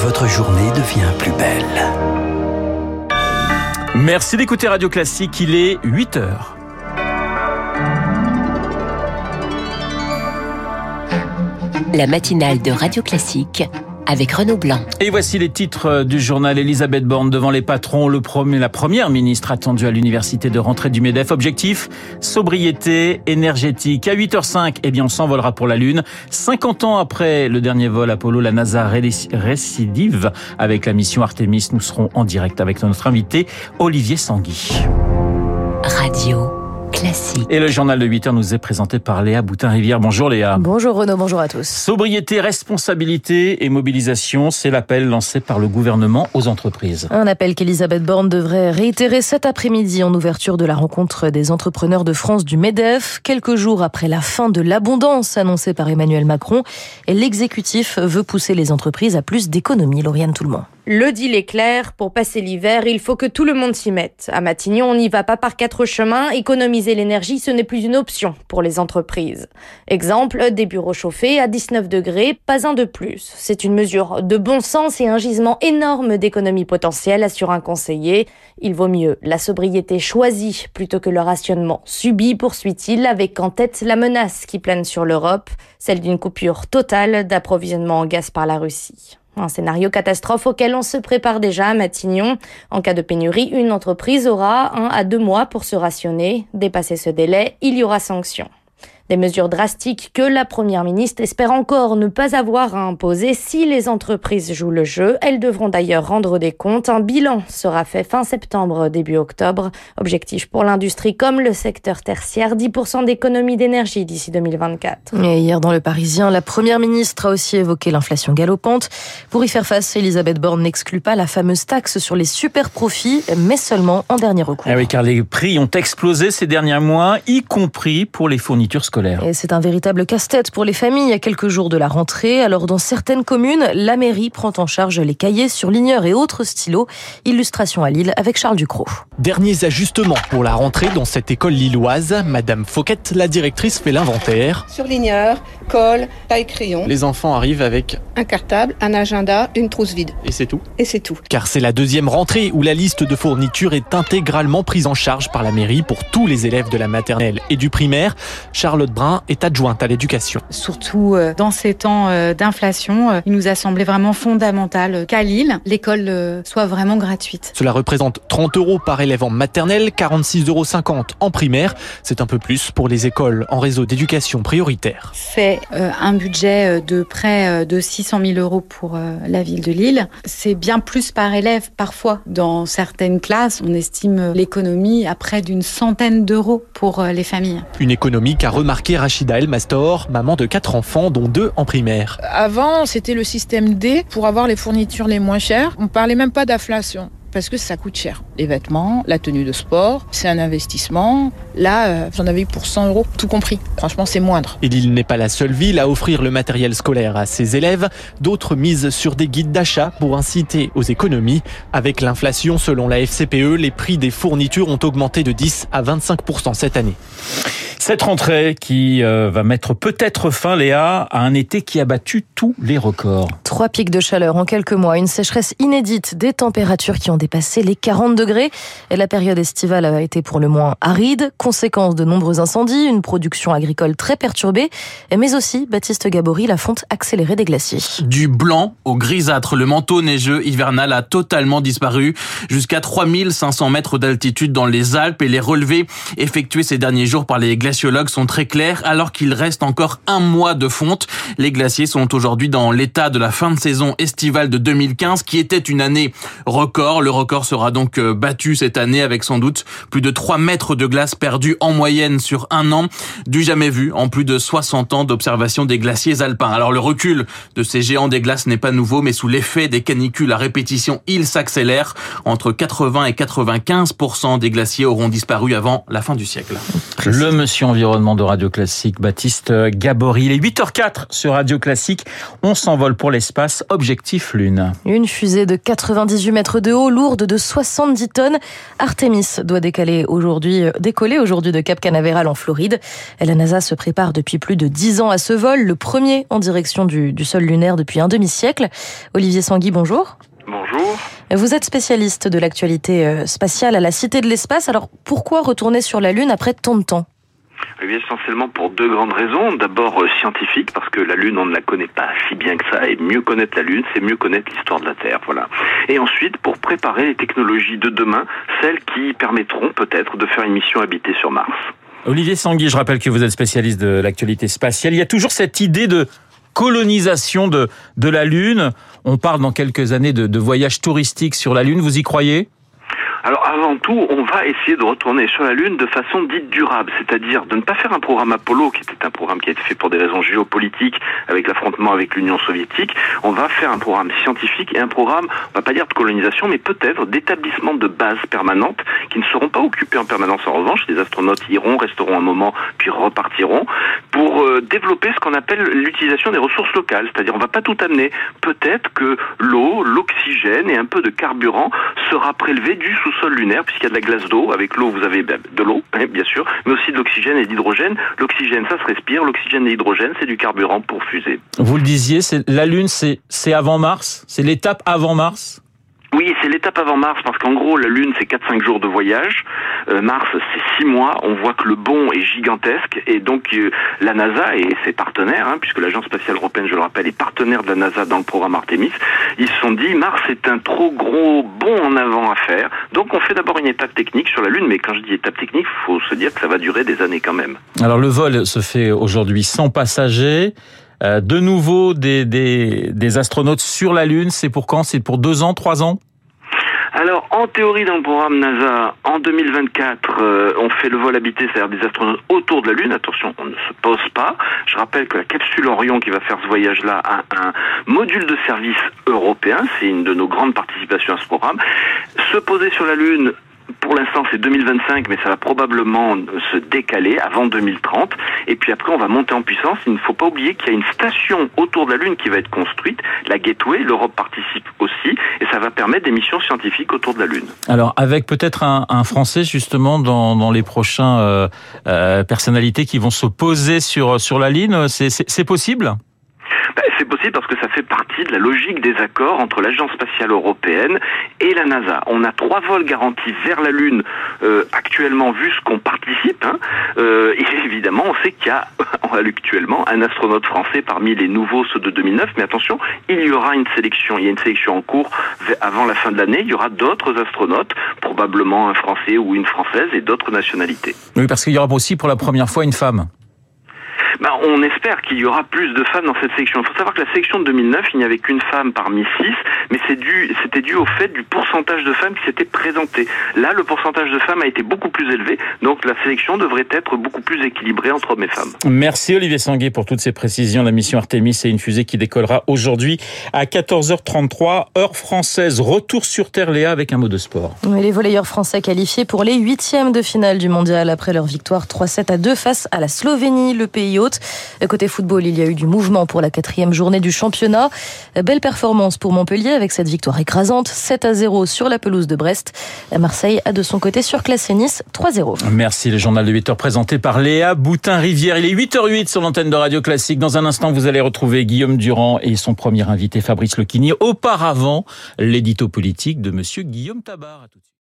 votre journée devient plus belle. Merci d'écouter Radio Classique, il est 8h. La matinale de Radio Classique avec Renaud Blanc. Et voici les titres du journal. Elisabeth Borne devant les patrons. La première ministre attendue à l'université de rentrée du MEDEF. Objectif, sobriété énergétique. À 8h05, on s'envolera pour la Lune. 50 ans après le dernier vol Apollo, la NASA récidive avec la mission Artemis. Nous serons en direct avec notre invité Olivier Sanguy. Radio Classique. Et le journal de 8h nous est présenté par Léa Boutin-Rivière. Bonjour Léa. Bonjour Renaud, bonjour à tous. Sobriété, responsabilité et mobilisation, c'est l'appel lancé par le gouvernement aux entreprises. Un appel qu'Elisabeth Borne devrait réitérer cet après-midi en ouverture de la rencontre des entrepreneurs de France du MEDEF, quelques jours après la fin de l'abondance annoncée par Emmanuel Macron. Et l'exécutif veut pousser les entreprises à plus d'économie. Lauriane Toulmont. Le deal est clair, pour passer l'hiver, il faut que tout le monde s'y mette. À Matignon, on n'y va pas par 4 chemins. Économiser l'énergie, ce n'est plus une option pour les entreprises. Exemple, des bureaux chauffés à 19 degrés, pas un de plus. C'est une mesure de bon sens et un gisement énorme d'économie potentielle, assure un conseiller. Il vaut mieux la sobriété choisie plutôt que le rationnement subi, poursuit-il, avec en tête la menace qui plane sur l'Europe, celle d'une coupure totale d'approvisionnement en gaz par la Russie. Un scénario catastrophe auquel on se prépare déjà à Matignon. En cas de pénurie, une entreprise aura 1 à 2 mois pour se rationner. Dépasser ce délai, il y aura sanction. Des mesures drastiques que la première ministre espère encore ne pas avoir à imposer si les entreprises jouent le jeu. Elles devront d'ailleurs rendre des comptes. Un bilan sera fait fin septembre, début octobre. Objectif pour l'industrie comme le secteur tertiaire, 10% d'économie d'énergie d'ici 2024. Et hier dans Le Parisien, la première ministre a aussi évoqué l'inflation galopante. Pour y faire face, Elisabeth Borne n'exclut pas la fameuse taxe sur les super profits, mais seulement en dernier recours. Ah oui, car les prix ont explosé ces derniers mois, y compris pour les fournitures scolaires. Et c'est un véritable casse-tête pour les familles à quelques jours de la rentrée. Alors dans certaines communes, la mairie prend en charge les cahiers, surligneurs et autres stylos. Illustration à Lille avec Charles Ducrot. Derniers ajustements pour la rentrée dans cette école lilloise. Madame Fauquette, la directrice, fait l'inventaire. Surligneur, colle, taille crayon. Les enfants arrivent avec un cartable, un agenda, une trousse vide. Et c'est tout ? Et c'est tout. Car c'est la deuxième rentrée où la liste de fournitures est intégralement prise en charge par la mairie pour tous les élèves de la maternelle et du primaire. Charlotte Brun est adjointe à l'éducation. Surtout dans ces temps d'inflation, il nous a semblé vraiment fondamental qu'à Lille, l'école soit vraiment gratuite. Cela représente 30 € par élève en maternelle, 46,50 € en primaire. C'est un peu plus pour les écoles en réseau d'éducation prioritaire. C'est un budget de près de 600 000 € pour la ville de Lille. C'est bien plus par élève parfois. Dans certaines classes, on estime l'économie à près d'une centaine d'euros pour les familles. Une économie qu'a remarqué Rachida El Mastor, maman de 4 enfants, dont 2 en primaire. Avant, c'était le système D pour avoir les fournitures les moins chères. On parlait même pas d'inflation. Parce que ça coûte cher. Les vêtements, la tenue de sport, c'est un investissement. Là, j'en avais eu pour 100 €, tout compris. Franchement, c'est moindre. Et Lille n'est pas la seule ville à offrir le matériel scolaire à ses élèves. D'autres misent sur des guides d'achat pour inciter aux économies. Avec l'inflation, selon la FCPE, les prix des fournitures ont augmenté de 10 à 25% cette année. Cette rentrée qui va mettre peut-être fin, Léa, à un été qui a battu tous les records. 3 pics de chaleur en quelques mois, une sécheresse inédite, des températures qui ont dépassé les 40 degrés. Et la période estivale a été pour le moins aride, conséquence de nombreux incendies, une production agricole très perturbée, mais aussi, Baptiste Gabory, la fonte accélérée des glaciers. Du blanc au grisâtre, le manteau neigeux hivernal a totalement disparu. Jusqu'à 3500 mètres d'altitude dans les Alpes, et les relevés effectués ces derniers jours par les glaciologues sont très clairs. Alors qu'il reste encore 1 mois de fonte, les glaciers sont aujourd'hui dans l'état de la fin de saison estivale de 2015, qui était une année record. Le record sera donc battu cette année, avec sans doute plus de 3 mètres de glace perdus en moyenne sur 1 an, du jamais vu en plus de 60 ans d'observation des glaciers alpins. Alors le recul de ces géants des glaces n'est pas nouveau, mais sous l'effet des canicules à répétition, il s'accélère. Entre 80 et 95% des glaciers auront disparu avant la fin du siècle. Le monsieur émission environnement de Radio Classique, Baptiste Gabory. Il est 8h04 sur Radio Classique. On s'envole pour l'espace, objectif Lune. Une fusée de 98 mètres de haut, lourde de 70 tonnes. Artemis doit décoller aujourd'hui de Cap Canaveral en Floride. La NASA se prépare depuis plus de 10 ans à ce vol, le premier en direction du sol lunaire depuis un demi-siècle. Olivier Sanguy, bonjour. Bonjour. Vous êtes spécialiste de l'actualité spatiale à la Cité de l'Espace. Alors pourquoi retourner sur la Lune après tant de temps ? Essentiellement pour deux grandes raisons. D'abord scientifique, parce que la Lune, on ne la connaît pas si bien que ça, et mieux connaître la Lune, c'est mieux connaître l'histoire de la Terre, voilà. Et ensuite, pour préparer les technologies de demain, celles qui permettront peut-être de faire une mission habitée sur Mars. Olivier Sanguy, je rappelle que vous êtes spécialiste de l'actualité spatiale. Il y a toujours cette idée de colonisation de la Lune. On parle dans quelques années de voyages touristiques sur la Lune. Vous y croyez ? Alors avant tout, on va essayer de retourner sur la Lune de façon dite durable, c'est-à-dire de ne pas faire un programme Apollo, qui était un programme qui a été fait pour des raisons géopolitiques, avec l'affrontement avec l'Union soviétique. On va faire un programme scientifique et un programme, on va pas dire de colonisation, mais peut-être d'établissement de bases permanentes qui ne seront pas occupées en permanence. En revanche, les astronautes iront, resteront un moment, puis repartiront, pour développer ce qu'on appelle l'utilisation des ressources locales, c'est-à-dire on va pas tout amener. Peut-être que l'eau, l'oxygène et un peu de carburant sera prélevé du sous-sol lunaire, puisqu'il y a de la glace d'eau. Avec l'eau, vous avez de l'eau, bien sûr, mais aussi de l'oxygène et d'hydrogène. L'oxygène, ça se respire. L'oxygène et l'hydrogène, c'est du carburant pour fusée. Vous le disiez, la Lune, c'est avant Mars ? C'est l'étape avant Mars ? Oui, c'est l'étape avant Mars, parce qu'en gros, la Lune, c'est 4-5 jours de voyage. Mars, c'est 6 mois. On voit que le bond est gigantesque. Et donc, la NASA et ses partenaires, puisque l'Agence spatiale européenne, je le rappelle, est partenaire de la NASA dans le programme Artemis, ils se sont dit, Mars est un trop gros bond en avant à faire. Donc, on fait d'abord une étape technique sur la Lune. Mais quand je dis étape technique, il faut se dire que ça va durer des années quand même. Alors, le vol se fait aujourd'hui sans passagers. De nouveau, des astronautes sur la Lune, c'est pour quand ? C'est pour 2 ans, 3 ans ? Alors, en théorie, dans le programme NASA, en 2024, on fait le vol habité, c'est-à-dire des astronautes autour de la Lune. Attention, on ne se pose pas. Je rappelle que la capsule Orion qui va faire ce voyage-là a un module de service européen. C'est une de nos grandes participations à ce programme. Se poser sur la Lune, pour l'instant, c'est 2025, mais ça va probablement se décaler avant 2030. Et puis après, on va monter en puissance. Il ne faut pas oublier qu'il y a une station autour de la Lune qui va être construite, la Gateway. L'Europe participe aussi, et ça va permettre des missions scientifiques autour de la Lune. Alors, avec peut-être un Français, justement, dans les prochains personnalités qui vont se poser sur la Lune, c'est possible ? C'est possible parce que ça fait partie de la logique des accords entre l'Agence spatiale européenne et la NASA. On a 3 vols garantis vers la Lune actuellement, vu ce qu'on participe. Et évidemment, on sait qu'il y a actuellement un astronaute français parmi les nouveaux, ceux de 2009. Mais attention, il y aura une sélection. Il y a une sélection en cours avant la fin de l'année. Il y aura d'autres astronautes, probablement un Français ou une Française et d'autres nationalités. Oui, parce qu'il y aura aussi pour la première fois une femme. On espère qu'il y aura plus de femmes dans cette sélection. Il faut savoir que la sélection de 2009, il n'y avait qu'une femme parmi 6, mais c'était dû au fait du pourcentage de femmes qui s'étaient présentées. Là, le pourcentage de femmes a été beaucoup plus élevé, donc la sélection devrait être beaucoup plus équilibrée entre hommes et femmes. Merci Olivier Sanguy pour toutes ces précisions. La mission Artemis, c'est une fusée qui décollera aujourd'hui à 14h33, heure française. Retour sur Terre, Léa, avec un mot de sport. Les volleyeurs français qualifiés pour les 8e de finale du mondial après leur victoire 3-7-2 face à la Slovénie, le pays hôte. Côté football, il y a eu du mouvement pour la 4e journée du championnat. Belle performance pour Montpellier avec cette victoire écrasante, 7-0 sur la pelouse de Brest. Marseille a de son côté surclassé Nice 3-0. Merci, le journal de 8h présenté par Léa Boutin-Rivière. Il est 8h08 sur l'antenne de Radio Classique. Dans un instant, vous allez retrouver Guillaume Durand et son premier invité Fabrice Lecquigny. Auparavant, l'édito politique de monsieur Guillaume Tabar. À tout de suite.